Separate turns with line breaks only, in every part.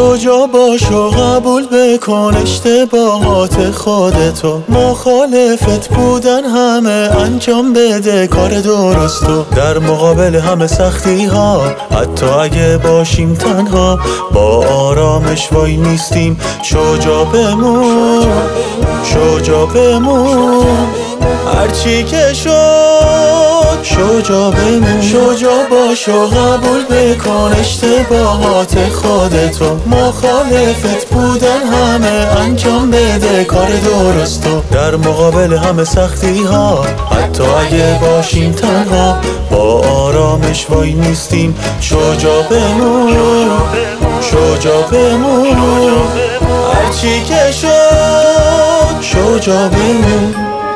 شجاع باش و قبول بکن اشتباهات خودتو، مخالفت بودن همه انجام بده کار درستو. در مقابل همه سختی ها حتی اگه باشیم تنها، با آرامش وای نیستیم. شجاع بمون، شجاع بمون، هرچی که شد شجاع بمون. شجاع باش و قبول بکن اشتباهات خودتو، مخالفت بودن همه انجام بده کار درستو. در مقابل همه سختی ها حتی اگه باشیم تنها، با آرامش وای نیستیم. شجاع بمون، شجاع بمون، هرچی که شد شجاع بمون.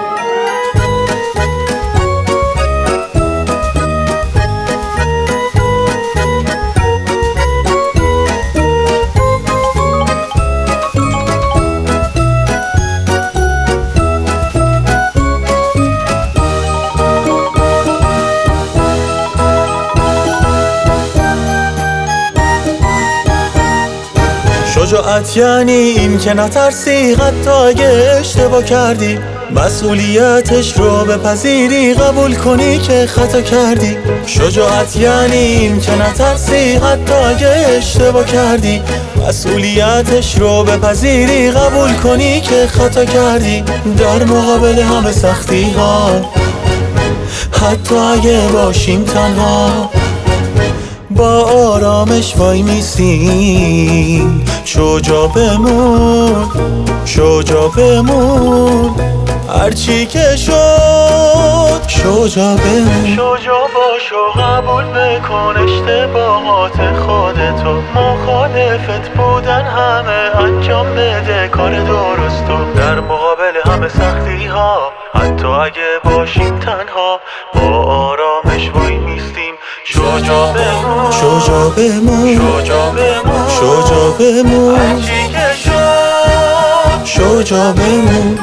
شجاعت یعنی این که نترسی حتی اگه اشتباه کردی، مسئولیتش رو بپذیری، قبول کنی که خطا کردی. شجاعت یعنی این که نترسی حتی اگه اشتباه کردی، مسئولیتش رو بپذیری، قبول کنی که خطا کردی. در مقابل همه سختی ها حتی اگه باشیم تنها، با آرامش وای میستیم. شجاع بمون، شجاع بمون، هرچی که شد شجاع بمون. شجاع باش و قبول بکن اشتباهات خودتو، مخالفت بودن همه انجام بده کار درستو. در مقابل همه سختی ها حتی اگه باشیم تنها، با آرامش وای میستیم. شجاع بمون، شجاع بمون، شجاع بمون، شجاع بمون، هرچی که شد شجاع بمون.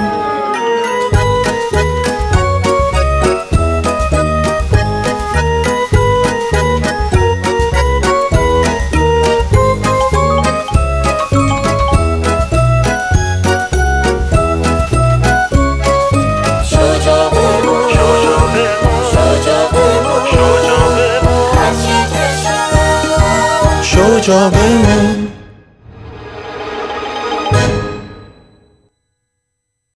شجاع بمون.